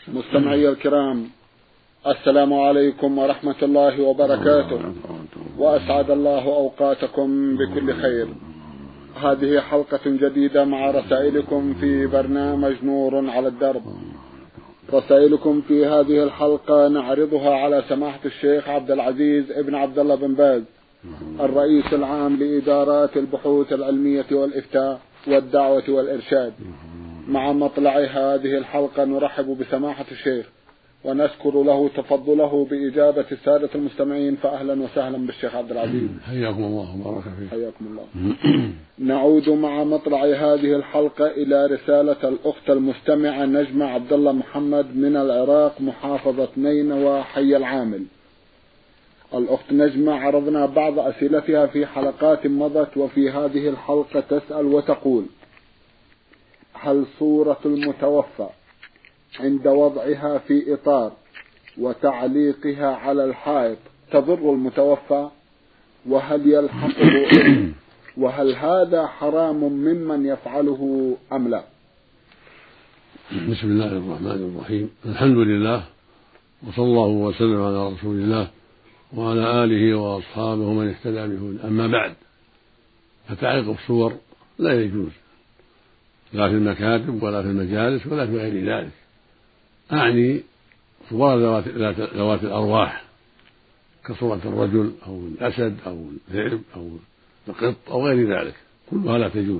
مستمعي الكرام، السلام عليكم ورحمة الله وبركاته، وأسعد الله أوقاتكم بكل خير. هذه حلقة جديدة مع رسائلكم في برنامج نور على الدرب. رسائلكم في هذه الحلقة نعرضها على سماحة الشيخ عبد العزيز ابن عبد الله بن باز، الرئيس العام لإدارات البحوث العلمية والإفتاء والدعوة والإرشاد. مع مطلع هذه الحلقة نرحب بسماحة الشيخ ونشكر له تفضله بإجابة السادة المستمعين، فأهلا وسهلا بالشيخ عبد العزيز. حياكم الله وبارك فيك. حياكم الله. نعود مع مطلع هذه الحلقة إلى رسالة الأخت المستمعة نجمة عبد الله محمد من العراق، محافظة نينوى، حي العامل. الأخت نجمة عرضنا بعض أسئلتها في حلقات مضت، وفي هذه الحلقة تسأل وتقول: هل صورة المتوفى عند وضعها في إطار وتعليقها على الحائط تضر المتوفى؟ وهل يلحقه وهل هذا حرام ممن يفعله أم لا؟ بسم الله الرحمن الرحيم. الحمد لله، وصلى الله وسلم على رسول الله وعلى آله وأصحابه من اهتدى بهداه. أما بعد، فتعليق الصور لا يجوز، لا في المكاتب ولا في المجالس ولا في غير ذلك. أعني صور ذوات الأرواح كصورة الرجل أو الأسد أو الذئب أو القط أو غير ذلك، كلها لا تجوز،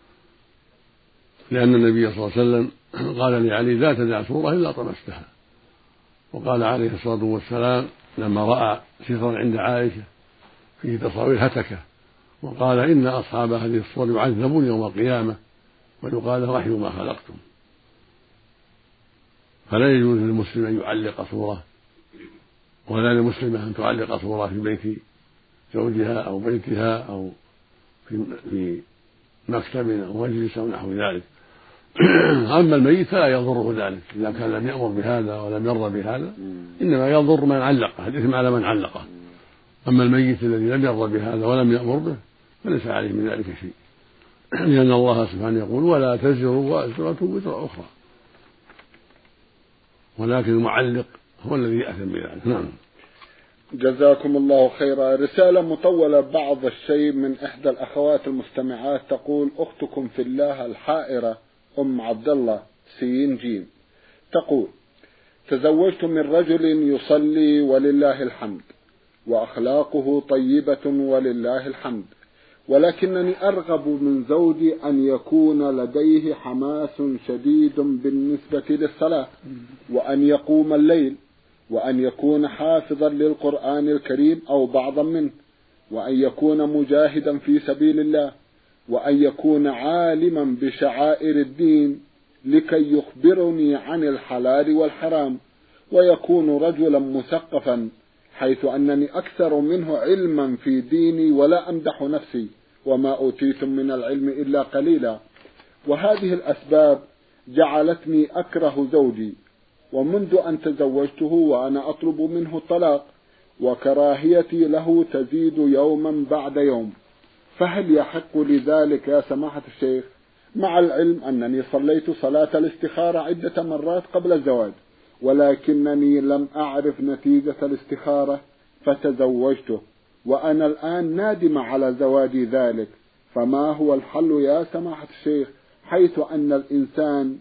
لأن النبي صلى الله عليه وسلم قال لعلي: لا تدع صورة إلا طمستها. وقال عليه الصلاة والسلام لما رأى سترا عند عائشة فيه تصاوير هتكة، وقال: إن أصحاب هذه الصور يعذبون يوم القيامة ويقال: رحموا ما خلقتم. فلا يجوز للمسلم أن يعلق صورة، ولا للمسلمة أن تعلق صورة في بيت زوجها أو بيتها أو في مكتب أو مجلس أو نحو ذلك. أما الميت فلا يضره ذلك إذا كان لم يأمر بهذا ولم يرضى بهذا، إنما يضر من علقه، الإثم على من علقه. أما الميت الذي لم يرضى بهذا ولم يأمر به فليس عليه من ذلك شيء، لأن الله سبحانه يقول: ولا تزر وازرة وزر أخرى. ولكن المعلق هو الذي يأثم بذلك. نعم. جزاكم الله خيرا. رسالة مطولة بعض الشيء من إحدى الأخوات المستمعات تقول: أختكم في الله الحائرة أم عبد الله سين جيم تقول: تزوجت من رجل يصلي ولله الحمد وأخلاقه طيبة ولله الحمد، ولكنني أرغب من زوجي أن يكون لديه حماس شديد بالنسبة للصلاة، وأن يقوم الليل، وأن يكون حافظا للقرآن الكريم أو بعضا منه، وأن يكون مجاهدا في سبيل الله، وأن يكون عالما بشعائر الدين لكي يخبرني عن الحلال والحرام، ويكون رجلا مثقفا حيث أنني أكثر منه علما في ديني ولا أمدح نفسي، وما أوتيتم من العلم إلا قليلا. وهذه الأسباب جعلتني أكره زوجي، ومنذ أن تزوجته وأنا أطلب منه الطلاق، وكراهيتي له تزيد يوما بعد يوم. فهل يحق لذلك يا سماحة الشيخ، مع العلم أنني صليت صلاة الاستخارة عدة مرات قبل الزواج، ولكنني لم أعرف نتيجة الاستخارة فتزوجته، وأنا الآن نادم على زواجي ذلك، فما هو الحل يا سماحة الشيخ، حيث أن الإنسان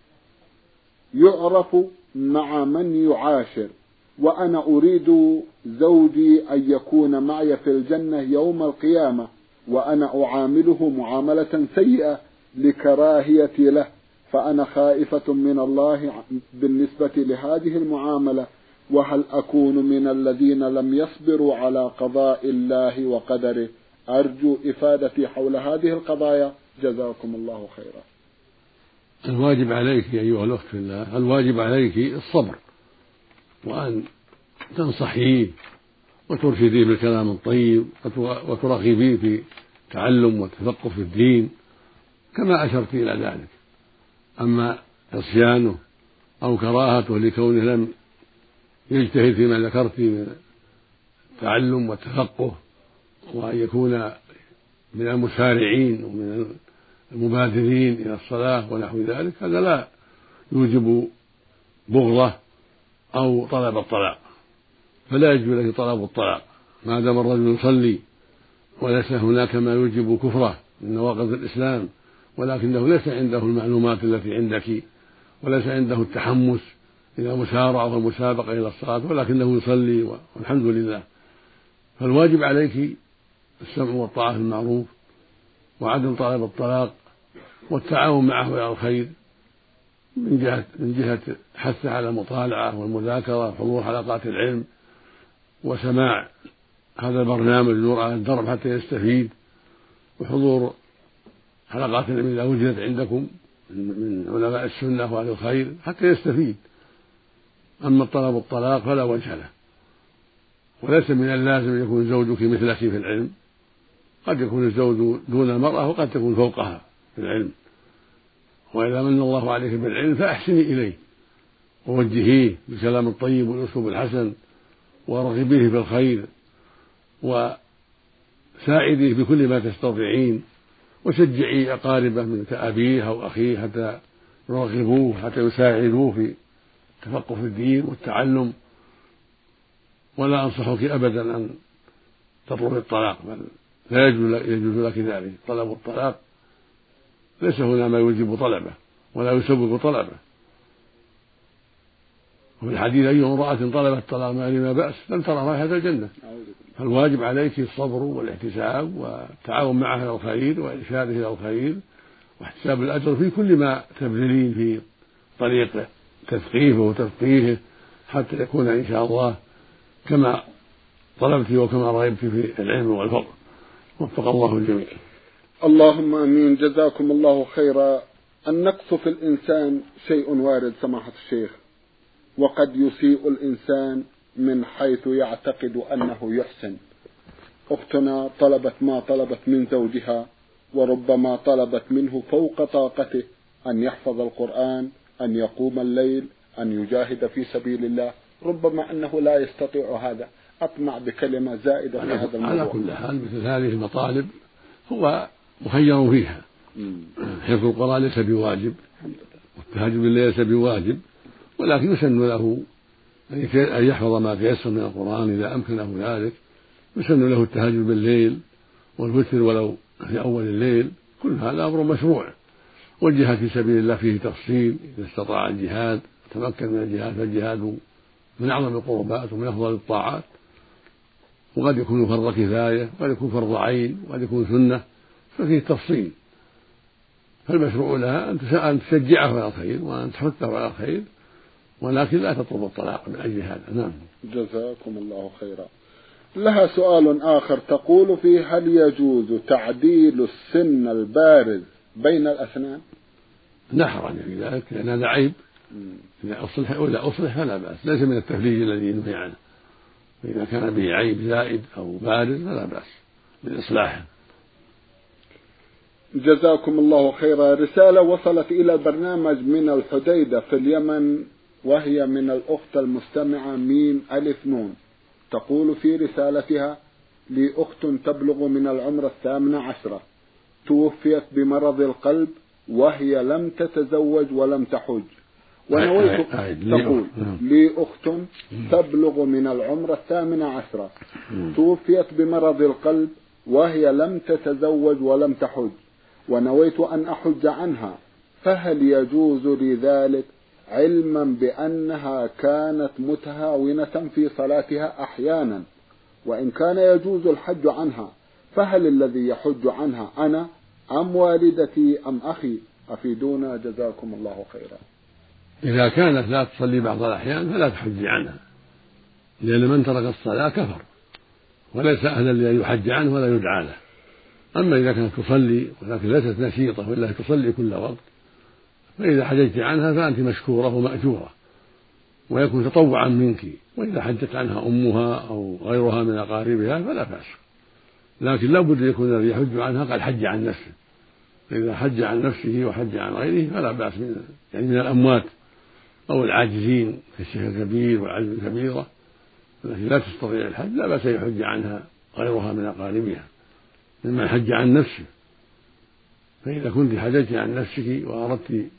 يعرف مع من يعاشر، وأنا أريد زوجي أن يكون معي في الجنة يوم القيامة، وأنا أعامله معاملة سيئة لكراهيتي له، فأنا خائفة من الله بالنسبة لهذه المعاملة، وهل أكون من الذين لم يصبروا على قضاء الله وقدره؟ أرجو إفادتي حول هذه القضايا، جزاكم الله خيرا. الواجب عليك أيها الأخت في الله، الواجب عليك الصبر، وأن تنصحيه وترشديه بالكلام الطيب، وترغبيه في تعلم والتفقه في الدين كما أشرت إلى ذلك. أما عصيانه أو كراهته لكونه لم يجتهد فيما ذكرت من التعلم والتفقه، وأن يكون من المسارعين ومن المبادرين إلى الصلاة ونحو ذلك، هذا لا يوجب بغضة أو طلب الطلاق، فلا يجوز له طلب الطلاق ما دام الرجل يصلي وليس هناك ما يوجب كفره من نواقض الإسلام، ولكنه ليس عنده المعلومات التي عندك، وليس عنده التحمس إلى المسارعة والمسابقة إلى الصلاة، ولكنه يصلي والحمد لله. فالواجب عليك السمع والطاعة في المعروف وعدم طلب الطلاق والتعاون معه إلى الخير من جهة حثه على المطالعة والمذاكرة وحضور حلقات العلم وسماع هذا البرنامج نور على الدرب حتى يستفيد، وحضور حلقات العلم إذا وجدت عندكم من علماء السنة وأهل الخير حتى يستفيد. أما طلب الطلاق فلا وجه له، وليس من اللازم أن يكون زوجك مثلك في العلم، قد يكون الزوج دون المرأة وقد تكون فوقها في العلم، وإذا من الله عليك بالعلم فأحسني إليه ووجهيه بالكلام الطيب والأسلوب الحسن ورغبيه في الخير وساعديه بكل ما تستطيعين، وشجعي أقاربه من كأبيه أو أخيه حتى يرغبوه حتى يساعدوه في التفقه في الدين والتعلم. ولا أنصحك أبدا أن تطلب الطلاق، بل لا يجوز لك ذلك. طلب الطلاق ليس هنا ما يوجب طلبه ولا يسبب طلبه. وفي الحديث أي امرأة طلبت طلاق ما بأس لم ترى رائحة الجنة. فالواجب عليك الصبر والاحتساب والتعاون معه إلى الخير وإرشاده إلى الخير واحتساب الأجر في كل ما تبذلين في طريق تثقيفه وتفقيهه حتى يكون إن شاء الله كما طلبت وكما رغبت في العلم والفضل. وفق الله الجميع. اللهم آمين. جزاكم الله خيرا. النقص في الإنسان شيء وارد سماحة الشيخ، وقد يسيء الإنسان من حيث يعتقد أنه يحسن. أختنا طلبت ما طلبت من زوجها، وربما طلبت منه فوق طاقته أن يحفظ القرآن، أن يقوم الليل، أن يجاهد في سبيل الله، ربما أنه لا يستطيع هذا. أطمع بكلمة زائدة في هذا الموضوع. على كل حال مثل هذه المطالب هو مخير فيها. حفظ القرآن ليس بواجب، والتهجد بالليل ليس بواجب، ولكن يسن له أن يحفظ ما تيسر من القرآن إذا أمكنه ذلك. يسن له التهجد بالليل والوتر ولو في أول الليل، كل هذا أمر مشروع. والجهاد في سبيل الله فيه تفصيل، إذا استطاع الجهاد تمكن من الجهاد فالجهاد من أعظم القربات ومن أفضل الطاعات، وقد يكون فرض كفاية وقد يكون فرض عين وقد يكون سنة، ففيه تفصيل. فالمشروع لها أن تشجعه على الخير وأن تحثه على الخير، ولكن لا تطلب الطلاق من أجل هذا. نعم. جزاكم الله خيرا. لها سؤال آخر تقول فيه: هل يجوز تعديل السن البارز بين الأسنان؟ لا حرج في ذلك، لأن هذا عيب. إذا أصلح فلا بأس، ليس من التفليج الذي ينهي عنه. فإذا كان به عيب زائد أو بارز فلا بأس بالإصلاح. جزاكم الله خيرا. رسالة وصلت إلى البرنامج من الحديدة في اليمن، وهي من الأخت المستمعة ميم ألف نون، تقول في رسالتها: لي أخت تبلغ من العمر 18، توفيت بمرض القلب وهي لم تتزوج ولم تحج، ونويت. تقول: لي أخت تبلغ من العمر 18، توفيت بمرض القلب وهي لم تتزوج ولم تحج، ونويت أن أحج عنها، فهل يجوز لي ذلك، علما بأنها كانت متهاونة في صلاتها أحيانا؟ وإن كان يجوز الحج عنها، فهل الذي يحج عنها أنا أم والدتي أم أخي؟ أفيدونا جزاكم الله خيرا. إذا كانت لا تصلي بعض الأحيان فلا تحجي عنها، لأن من ترك الصلاة كفر وليس أهلا لأن يحج عنه ولا يدعى له. أما إذا كانت تصلي ولكن ليست نشيطة وإلا تصلي كل وقت، فإذا حججت عنها فأنت مشكورة ومأجورة ويكون تطوعا منك. وإذا حجت عنها أمها أو غيرها من أقاربها فلا بأس، لكن لا بد يكون الذي يحج عنها قد حج عن نفسه. فإذا حج عن نفسه وحج عن غيره فلا بأس، من الأموات أو العاجزين كالشيخ الكبير والعجز الكبيرة التي لا تستطيع الحج، لا بأس يحج عنها غيرها من أقاربها ممن حج عن نفسه. فإذا كنت حججت عن نفسك وأردت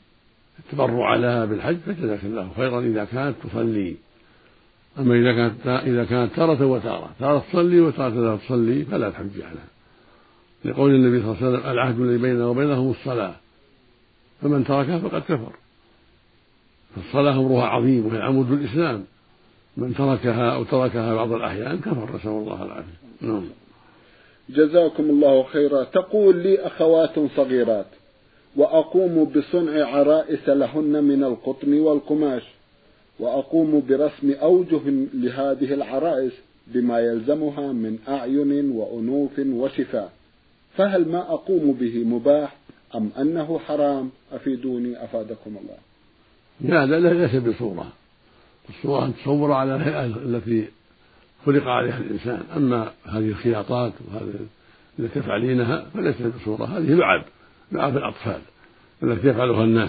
التبرع لها بالحج فجزاك الله خيرا إذا كانت تصلي. أما إذا كانت تارة وتارة، تارة تصلي وتارة لا تصلي فلا تحج عنها، لقول النبي صلى الله عليه وسلم: العهد الذي بيننا وبينهم الصلاة، فمن تركها فقد كفر. فالصلاة أمرها عظيم وهي عمود الإسلام، من تركها أو تركها بعض الأحيان كفر، نسأل الله العافية. نعم. جزاكم الله خيرا. تقول: لي أخوات صغيرات وأقوم بصنع عرائس لهن من القطن والقماش، وأقوم برسم أوجه لهذه العرائس بما يلزمها من أعين وأنوف وشفاه، فهل ما أقوم به مباح أم أنه حرام؟ أفيدوني أفادكم الله. لا ليس بصورة، الصورة أن تصور على الهيئة التي خلق عليها الإنسان. أما هذه الخياطات وهذه التي تفعلينها فليس بصورة، هذه لعب الأطفال التي يفعلها الناس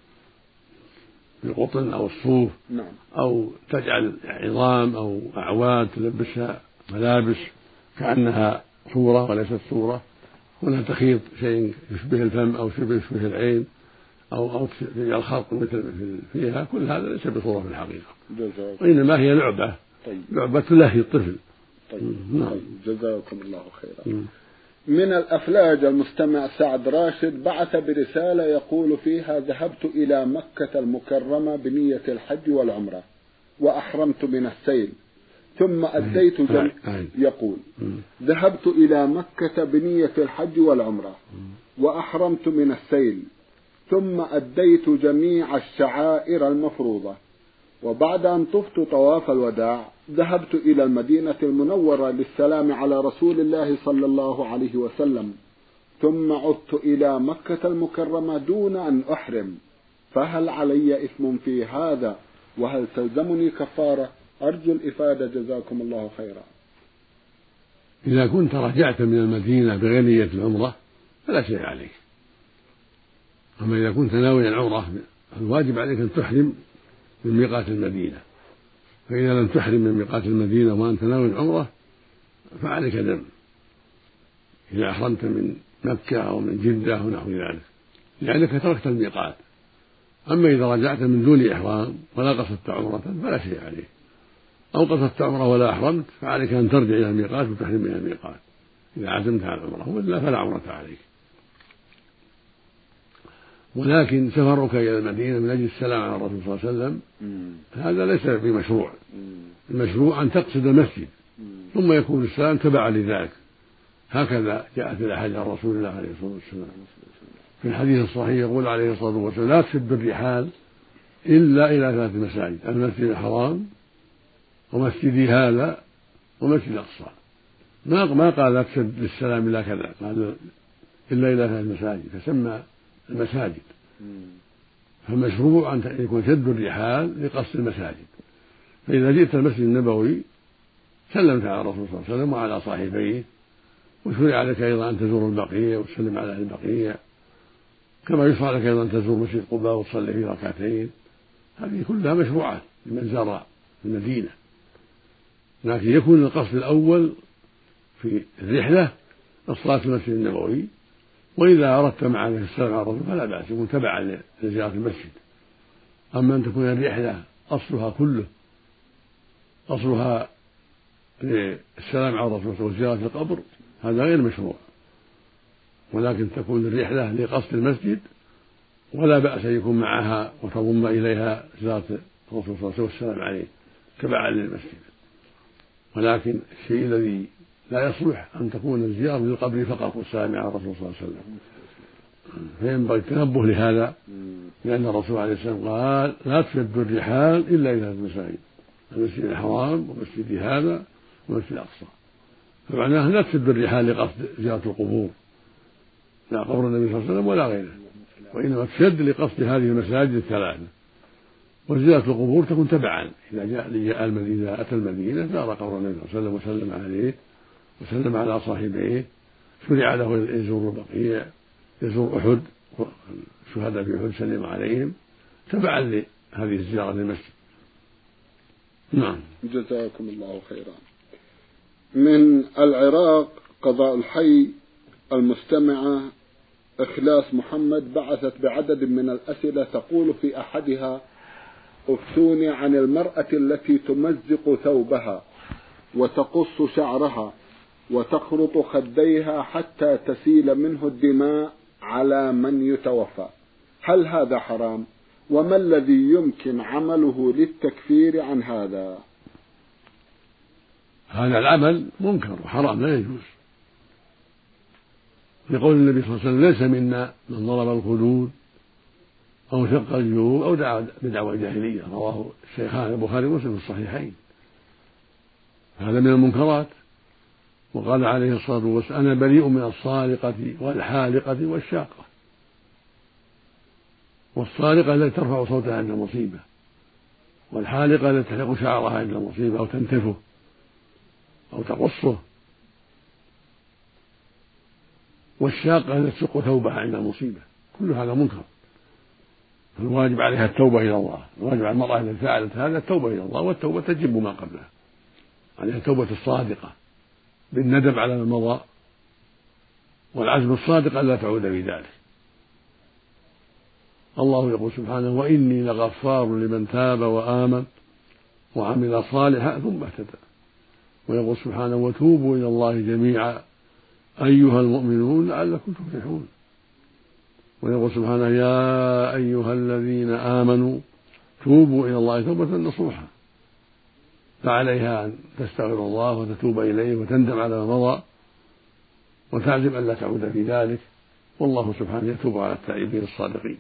بالقطن أو الصوف. نعم. أو تجعل عظام أو أعواد تلبسها ملابس كأنها صورة وليست صورة، ولا تخيط شيء يشبه الفم أو يشبه العين أو تجعل خلق مثل فيها، كل هذا ليس بصورة في الحقيقة، وإنما هي لعبة. طيب. لعبة تلهي الطفل. طيب. جزاكم الله خيرا. من الأفلاج المستمع سعد راشد بعث برسالة يقول فيها: ذهبت إلى مكة المكرمة بنية الحج والعمرة وأحرمت من السيل ثم أديت يقول: ذهبت إلى مكة بنية الحج والعمرة وأحرمت من السيل ثم أديت جميع الشعائر المفروضة، وبعد أن طفت طواف الوداع ذهبت إلى المدينة المنورة للسلام على رسول الله صلى الله عليه وسلم، ثم عدت إلى مكة المكرمة دون أن أحرم، فهل علي إثم في هذا؟ وهل تلزمني كفارة؟ أرجو الإفادة جزاكم الله خيرا. إذا كنت رجعت من المدينة بغير نية العمرة فلا شيء عليك. أما إذا كنت ناوي العمرة الواجب عليك أن تحرم من ميقات المدينة، فإذا لم تحرم من ميقات المدينة وأنت ناوي العمرة فعليك دم إذا أحرمت من مكة أو من جدة أو نحو ذلك، لأنك تركت الميقات. أما إذا رجعت من دون إحرام ولا قصدت عمرة فلا شيء عليك، أو قصدت عمرة ولا أحرمت فعليك أن ترجع إلى الميقات وتحرم من الميقات إذا عزمت على العمرة، وإلا فلا عمرة عليك. ولكن سفرك إلى المدينة من أجل السلام على الرسول صلى الله عليه وسلم هذا ليس بمشروع. المشروع أن تقصد المسجد ثم يكون السلام تبعا لذلك، هكذا جاءت الأحاديث عن رسول الله عليه الصلاة والسلام. في الحديث الصحيح يقول عليه الصلاة والسلام: لا تشد الرحال إلا إلى 3 مساجد: المسجد الحرام ومسجدي هذا ومسجد الأقصى. ما قال لا تشد للسلام إلا كذا، قال إلا إلى 3 مساجد، فسمى المساجد. فمشروع أن يكون شد الرحال لقصد المساجد. فإذا جئت المسجد النبوي سلمت على الرسول صلى الله عليه وسلم وعلى صاحبيه، وشرع لك أيضا أن تزور البقيع وتسلم على أهل البقيع، كما يشرع لك أيضا أن تزور مسجد قباء وتصلي فيه ركعتين. هذه كلها مشروعات لمن زار المدينة، لكن يكون القصد الأول في الرحلة الصلاة في المسجد النبوي، وإذا أردت معه السلام على الرسول فلا بأس، يكون تبعا لزيارة المسجد. أما أن تكون الرحلة أصلها للسلام على الرسول وزيارة القبر هذا غير مشروع، ولكن تكون الرحلة لقصد المسجد، ولا بأس أن يكون معها وتضم إليها زيارة الرسول صلى الله عليه وسلم والسلام عليه تبعا للمسجد. ولكن الشيء الذي لا يصلح أن تكون الزيارة للقبر فقط والسلام على الرسول صلى الله عليه وسلم، فينبغي التنبه لهذا، لأن الرسول عليه السلام قال: لا تشد الرحال إلا إلى 3 مساجد: المسجد الحرام ومسجد هذا ومسجد الأقصى. فمعناه لا تشد الرحال لقصد زيارة القبور، لا قبر النبي صلى الله عليه وسلم ولا غيره، وإنما تشد لقصد هذه المساجد 3. وزيارة القبور تكون تبعا، إذا أتى المدينة زار قبر النبي صلى الله عليه وسلم وسلم عليه وسلم على صاحبيه، شرع له يزور البقيع، يزور أحد، الشهداء في أحد سلم عليهم تبعا لهذه الزيارة للمسجد. نعم. جزاكم الله خيرا. من العراق قضاء الحي المستمعة إخلاص محمد بعثت بعدد من الأسئلة تقول في أحدها: افتوني عن المرأة التي تمزق ثوبها وتقص شعرها وتخرط خديها حتى تسيل منه الدماء على من يتوفى، هل هذا حرام؟ وما الذي يمكن عمله للتكفير عن هذا؟ هذا العمل منكر وحرام لا يجوز، لقول النبي صلى الله عليه وسلم: ليس منا من ضرب الخدود أو شق الجيوب أو دعا بدعوى الجاهلية. رواه الشيخان البخاري ومسلم في الصحيحين. هذا من المنكرات. وقال عليه الصلاة والسلام: أنا بريء من الصارقة والحالقة والشاقة. والصارقة التي ترفع صوتها عند المصيبة، والحالقة التي تحلق شعرها عند المصيبة أو تنتفه أو تقصه، والشاقة التي تشق ثوبها عند المصيبة. كل هذا منكر، فالواجب عليها التوبة إلى الله. الواجب على المرأة التي فعلت هذا التوبة إلى الله، والتوبة تجب ما قبلها. عليها التوبة الصادقة بالندم على ما مضى، والعزم الصادق ألا تعود في ذلك. الله يقول سبحانه: وإني لغفار لمن تاب وآمن وعمل صالحا ثم اهتدى. ويقول سبحانه: وتوبوا إلى الله جميعا أيها المؤمنون لعلكم تفلحون. ويقول سبحانه: يا أيها الذين آمنوا توبوا إلى الله توبة نصوحا. فعليها أن تستغفر الله وتتوب إليه وتندم على ما مضى وتعزم ألا تعود في ذلك، والله سبحانه يتوب على التائبين الصادقين.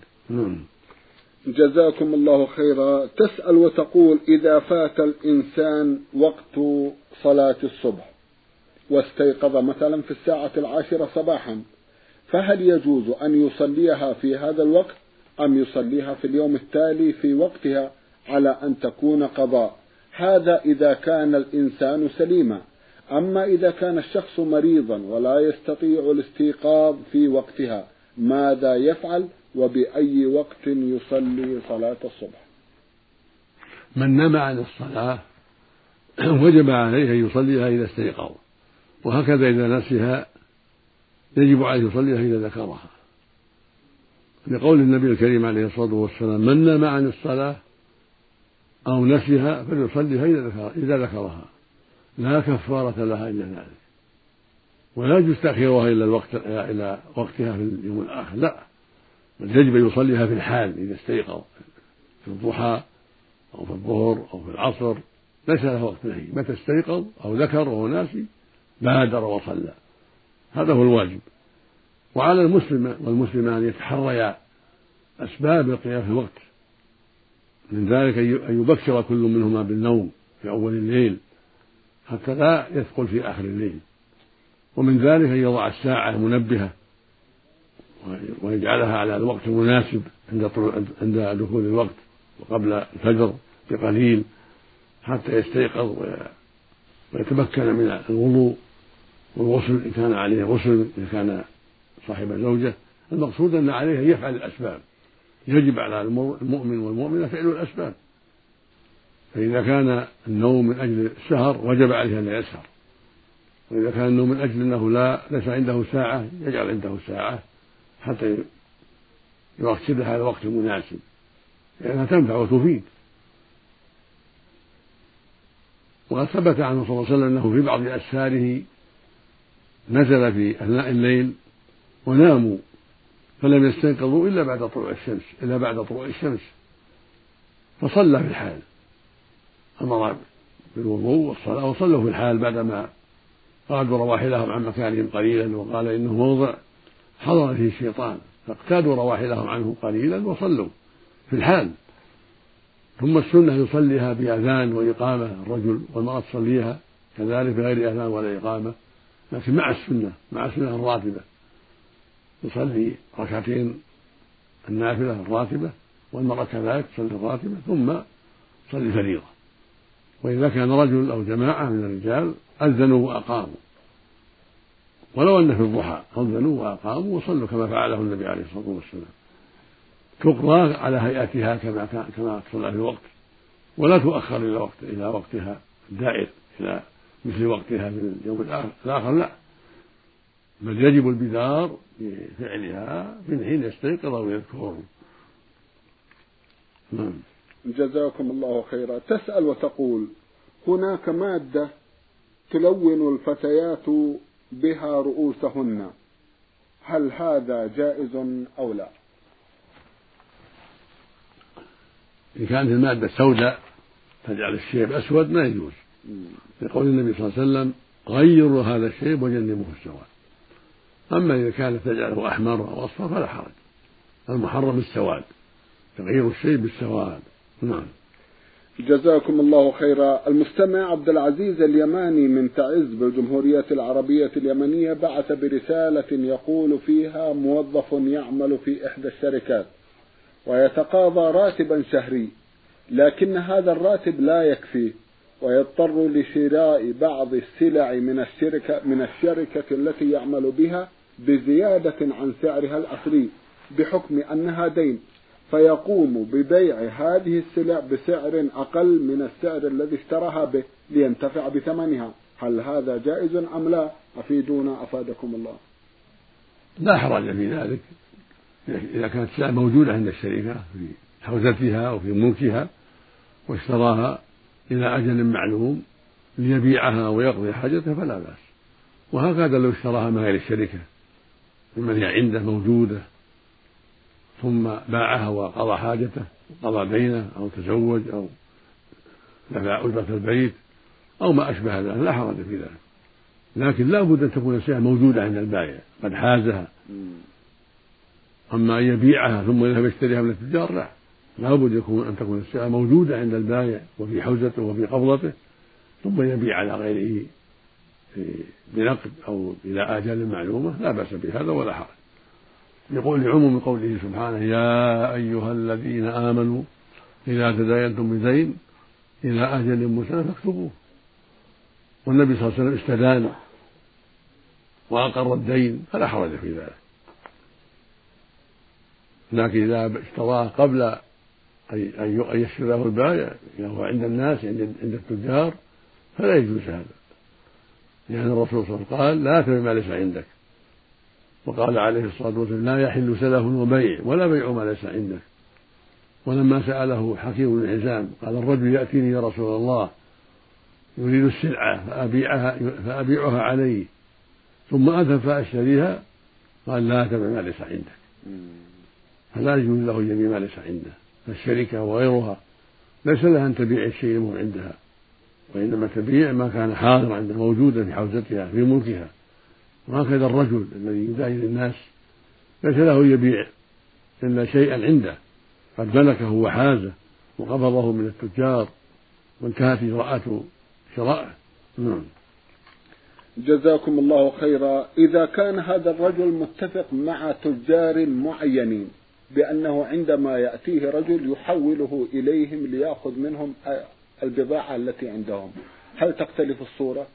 جزاكم الله خيرا. تسأل وتقول: إذا فات الإنسان وقت صلاة الصبح واستيقظ مثلا في 10 صباحا، فهل يجوز أن يصليها في هذا الوقت أم يصليها في اليوم التالي في وقتها على أن تكون قضاء؟ هذا إذا كان الإنسان سليما. أما إذا كان الشخص مريضا ولا يستطيع الاستيقاظ في وقتها، ماذا يفعل وبأي وقت يصلي صلاة الصبح؟ من نام عن الصلاة وجب عليه أن يصليها إذا استيقظ، وهكذا إذا نسيها يجب عليه يصليها إذا ذكرها، لقول النبي الكريم عليه الصلاة والسلام: من نام عن الصلاة أو نسيها فليصليها إذا ذكرها، لا كفارة لها إلا ذلك. ولا يجوز تأخيرها إلى وقتها في اليوم الآخر، لا، بل يجب أن يصليها في الحال إذا استيقظ، في الضحى أو في الظهر أو في العصر، ليس لها وقت نهي. متى استيقظ أو ذكر وهو ناسي بادر وصلى، هذا هو الواجب. وعلى المسلم والمسلمة أن يتحريا أسباب القيام في الوقت، من ذلك أن يبكر كل منهما بالنوم في أول الليل حتى لا يثقل في آخر الليل، ومن ذلك أن يضع الساعة منبهة ويجعلها على الوقت المناسب عند دخول الوقت وقبل الفجر بقليل حتى يستيقظ ويتمكن من الوضوء والغسل إن كان عليه غسل، إن كان صاحب زوجة. المقصود أن عليه أن يفعل الأسباب. يجب على المؤمن والمؤمنة فعل الأسباب، فإذا كان النوم من أجل السهر وجب عليه أن يسهر، وإذا كان النوم من أجل أنه ليس عنده ساعة يجعل عنده ساعة حتى يركزها على الوقت المناسب، لأنها تنفع وتفيد. وقد ثبت عنه صلى الله عليه وسلم أنه في بعض أسفاره نزل في أثناء الليل وناموا فلم يستيقظوا إلا بعد طلوع الشمس فصلى في الحال، أمر بالوضوء والصلاة وصلوا في الحال بعدما قعدوا رواحلهم عن مكانهم قليلا، وقال إنه موضع حضر فيه الشيطان، فاقتادوا رواحلهم عنه قليلا وصلوا في الحال. ثم السنة يصليها بأذان وإقامة الرجل، والمرأة تصليها كذلك بغير أذان ولا إقامة، لكن مع السنة الراتبة، يصلي ركعتين النافلة الراتبة، والمرأة كذلك تصلي الراتبة ثم تصلي الفريضة. وإذا كان رجل أو جماعة من الرجال أذنوا وأقاموا، ولو أن في الضحى أذنوا وأقاموا وصلوا كما فعله النبي عليه الصلاة والسلام، تقضى على هيئتها كما تصلى في الوقت، ولا تؤخر إلى وقتها الدائر إلى مثل وقتها في اليوم الآخر، لا، بل يجب البدار بفعلها من حين يستيقظ ويذكر. نعم. جزاكم الله خيرا. تسأل وتقول: هناك مادة تلون الفتيات بها رؤوسهن، هل هذا جائز أو لا؟ إن كانت المادة سوداء تجعل الشيب أسود ما يجوز، لقول النبي صلى الله عليه وسلم: غيروا هذا الشيب وجنبوه السواد. أما إذا كانت تجعله أحمر أو أصفر فلا حرج، المحرم السواد، تغيير الشيب بالسواد. نعم. جزاكم الله خيرا. المستمع عبد العزيز اليماني من تعز بالجمهورية العربية اليمنية بعث برسالة يقول فيها: موظف يعمل في إحدى الشركات ويتقاضى راتبا شهري، لكن هذا الراتب لا يكفيه ويضطر لشراء بعض السلع من الشركة التي يعمل بها بزيادة عن سعرها الأصلي بحكم أنها دين، فيقوم ببيع هذه السلع بسعر أقل من السعر الذي اشتراها به لينتفع بثمنها، هل هذا جائز أم لا؟ أفيدونا أفادكم الله. لا حرج في ذلك إذا كانت السلع موجودة عند الشركة في حوزتها أو في ملكها واشتراها إلى أجل معلوم ليبيعها ويقضي حاجته فلا بأس. وهكذا لو اشتراها من غير الشركة ممن هي عنده موجودة ثم باعها وقضى حاجته وقضى دينه أو تزوج أو دفع أجرة البيت أو ما أشبه ذلك لا حرج في ذلك، لكن لا بد أن تكون السلعة موجودة عند البائع قد حازها. أما أن يبيعها ثم يذهب يشتريها من التجار لا بد أن تكون السلعة موجودة عند البائع وفي حوزته وفي قبضته ثم يبيع على غيره بنقد أو إلى آجال معلومة، لا بأس بهذا ولا حرج. يقول لعموم قوله سبحانه: يا أيها الذين آمنوا إذا تداينتم بدين إلى أجل مسمى فاكتبوه. والنبي صلى الله عليه وسلم استدان وأقر الدين فلا حرج في ذلك، لكن إذا اشتراه قبل أن يشتريه البائع وهو عند الناس عند التجار فلا يجوز هذا، لأن الرسول صلى الله عليه وسلم قال: لا تبع ما ليس عندك، وقال عليه الصلاة والسلام: لا يحل سلف وبيع ولا بيع ما ليس عندك. ولما سأله حكيم بن حزام قال: الرجل يأتيني يا رسول الله يريد السلعة فأبيعها عليه ثم أذهب فأشتريها، قال: لا تبع ما ليس عندك. فلا يجوز له أن يبيع ما ليس عنده، فالشركة وغيرها ليس لها أن تبيع الشيء المهم عندها، وإنما تبيع ما كان حاضرا عندها موجودا في حوزتها في ملكها. وهكذا الرجل الذي يداين الناس ليس له أن يبيع إلا شيئا عنده قد ملكه وحازه وقبضه من التجار وانتهت إجراءات شرائه. جزاكم الله خيرا. إذا كان هذا الرجل متفق مع تجار معينين بأنه عندما يأتيه رجل يحوله إليهم ليأخذ منهم البضاعة التي عندهم، هل تختلف الصورة؟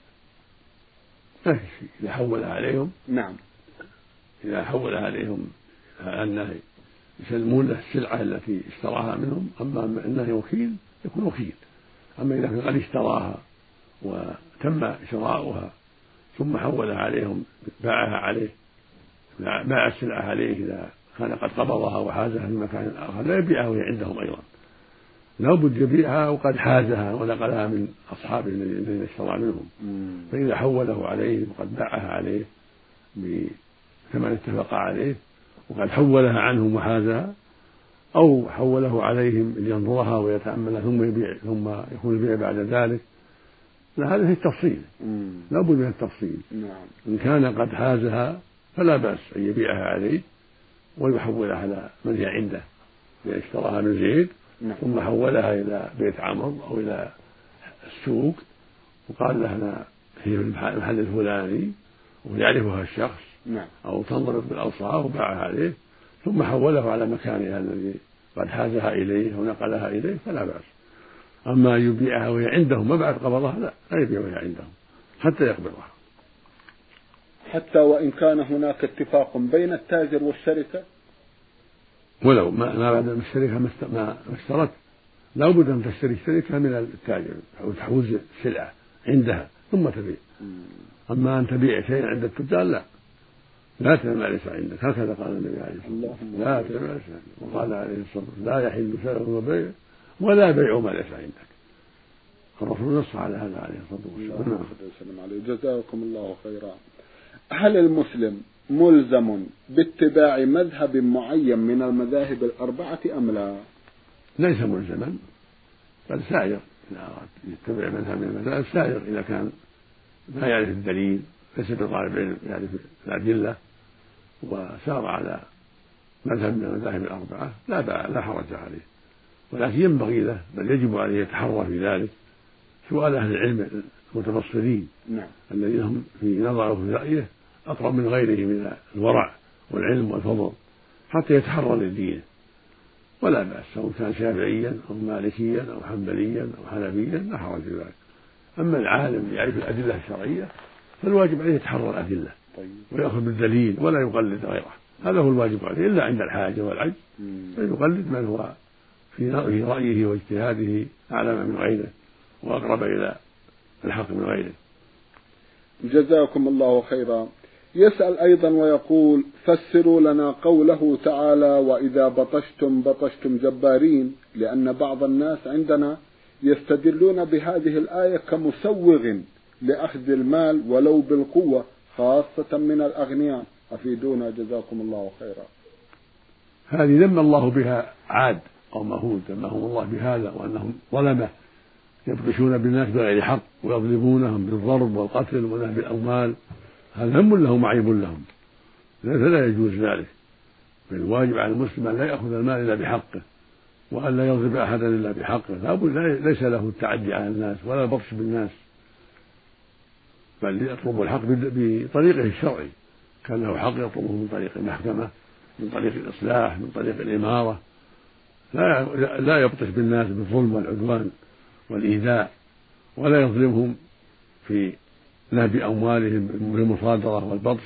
إذا حولها عليهم نعم، إذا حولها عليهم أنه يسلمون له السلعة التي اشتراها منهم، أما أنه وكيل يكون وكيل. أما إذا كان قد اشتراها وتم شراؤها ثم حولها عليهم باعها عليه باع السلعة عليه إذا كان قد قبضها وحازها في مكان آخر لا يبيعها وهي عندهم أيضا، لا بد يبيعها وقد حازها ونقلها من أصحابه الذين اشترى منهم. فإذا حوله عليه وقد باعها عليه بثمن اتفق عليه وقد حولها عنهم وحازها، أو حوله عليهم لينظرها ويتأملها ثم يبيع ثم يكون البيع بعد ذلك، هذا هي التفصيل، لا بد من التفصيل. إن كان قد حازها فلا بأس أن يبيعها عليه ويحولها على من هي عنده، لأن اشتراها من زيد ثم حولها إلى بيت عمرو أو إلى السوق وقال له أنا هي في المحل الفلاني ويعرفها الشخص أو تنضبط بالأوصاف وباعها عليه ثم حوله على مكانها الذي قد حازها إليه ونقلها إليه فلا بأس. أما يبيعها وهي عندهم ما بعد قبضها لا يبيع وهي عندهم حتى يقبضها، حتى وإن كان هناك اتفاق بين التاجر والشركة، ولو ما بعد الشركة ما اشترت لا بد أن تشتري الشركة من التاجر أو تحوز السلعة عندها ثم تبيع. أما أن تبيع شيئا عند التجار لا، لا تبع ما ليس عندك، هكذا قال النبي عليه الصلاة والسلام، لا تبع ما ليس عندك. وقال عليه الصلاة والسلام لا يحل شيء وبيع ولا بيع ما ليس عندك. الرسول نص على هذا عليه الصلاة والسلام. جزاكم الله خيرا. هل المسلم ملزم باتباع مذهب معين من المذاهب الأربعة أم لا؟ ليس ملزما، بل سائر إذا أراد يتبع مذهب من المذاهب سائر إذا كان ما يعرف الدليل، ليس بطالب علم يعرف الأدلة وسار على مذهب من المذاهب الأربعة لا حرج عليه، ولكن ينبغي له بل يجب عليه يتحرى في ذلك سؤال أهل العلم المتبصرين الذين هم في نظره وفي رأيه أقرب من غيره من الورع والعلم والفضل حتى يتحرى للدين، ولا بأس سواء كان شافعيا أو مالكيا أو حنبليا أو حنفيا لا حرج في ذلك. أما العالم يعرف الأدلة الشرعية فالواجب عليه يتحرى الأدلة ويأخذ بالدليل ولا يقلد غيره، هذا هو الواجب عليه، إلا عند الحاجة والعجز فيقلد من هو في رأيه واجتهاده أعلم من غيره وأقرب إلى الحق من غيره. جزاكم الله خيرا. يسأل أيضا ويقول فسروا لنا قوله تعالى وإذا بطشتم بطشتم جبارين، لأن بعض الناس عندنا يستدلون بهذه الآية كمسوغ لأخذ المال ولو بالقوة خاصة من الأغنياء، أفيدونا جزاكم الله خيرا. هذه ذم الله بها عاد أو مهود، ذمهم الله بهذا وأنهم ظلمة يبطشون بالناس بغير حق ويظلمونهم بالضرب والقتل ونهب الأموال، هذا ذم لهم وعيب لهم، فلا يجوز ذلك. فالواجب على المسلم أن لا يأخذ المال إلا بحقه وأن لا يضرب أحدا إلا بحقه، ليس له التعدي على الناس ولا البطش بالناس، بل يطلب الحق بطريقه الشرعي، كان له حق يطلبه من طريق المحكمة، من طريق الإصلاح، من طريق الإمارة، لا يبطش بالناس بالظلم والعدوان والإيذاء، ولا يظلمهم في نهب أموالهم بالمصادرة والبطش،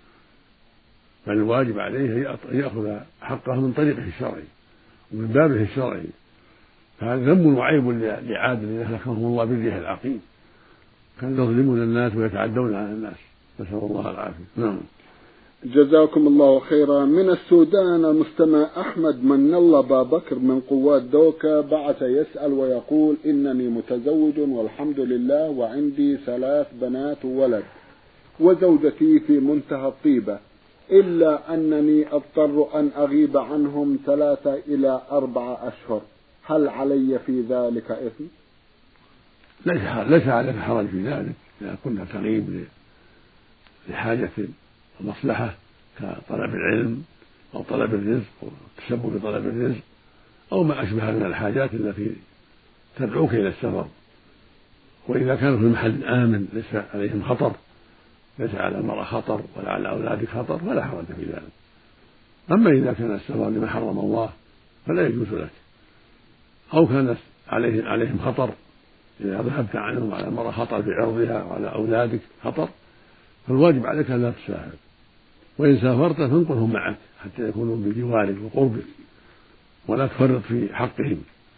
بل الواجب عليه أن يأخذ حقه من طريقه الشرعي ومن بابه الشرعي. فهذا ذم وعيب لعاد الذين أهلكهم الله بالريح العقيم، كانوا يظلمون الناس ويتعدون على الناس، نسأل الله العافية. نعم. جزاكم الله خيرا. من السودان المستمع أحمد من الله بابكر من قوات دوكا بعث يسأل ويقول إنني متزوج والحمد لله وعندي 3 بنات وولد وزوجتي في منتهى الطيبة، إلا أنني أضطر أن أغيب عنهم 3 إلى 4 أشهر، هل علي في ذلك إثم؟ ليس عليك حرج في ذلك إذا كنت تغيب لحاجة ومصلحة كطلب العلم أو طلب الرزق أو التسبب في طلب الرزق أو ما أشبه من الحاجات التي تدعوك إلى السفر، وإذا كانوا في محل آمن ليس عليهم خطر، ليس على المرأة خطر ولا على أولادك خطر، فلا حرج في ذلك. أما إذا كان السفر لما حرم الله فلا يجوز لك، أو كانت عليهم خطر، إذا ذهبت عنهم على المرأة خطر في عرضها وعلى أولادك خطر، فالواجب عليك أن لا تسافر، وإن سافرت فانقلهم معك حتى يكونوا بجوارك وقربك، ولا تفرط في حقهم،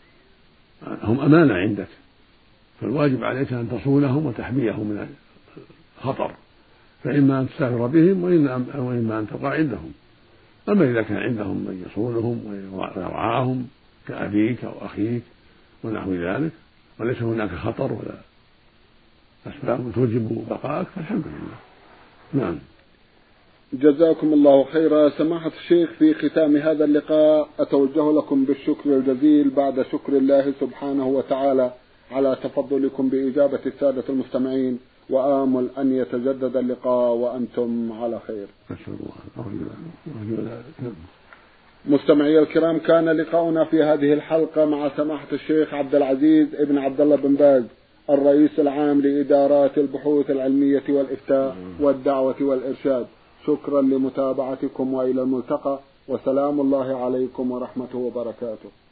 هم أمانة عندك، فالواجب عليك أن تصونهم وتحميهم من الخطر، فإما أن تسافر بهم وإما أن تبقى عندهم. أما إذا كان عندهم من يصونهم ويرعاهم كأبيك أو أخيك ونحو ذلك وليس هناك خطر ولا أسباب توجب بقائك فالحمد لله. نعم. جزاكم الله خيرا. سماحة الشيخ، في ختام هذا اللقاء أتوجه لكم بالشكر الجزيل بعد شكر الله سبحانه وتعالى على تفضلكم بإجابة السادة المستمعين، وآمل أن يتجدد اللقاء وأنتم على خير. مستمعي الكرام، كان لقاؤنا في هذه الحلقة مع سماحة الشيخ عبد العزيز ابن عبد الله بن باز الرئيس العام لإدارات البحوث العلمية والإفتاء والدعوة والإرشاد. شكرا لمتابعتكم وإلى الملتقى، وسلام الله عليكم ورحمته وبركاته.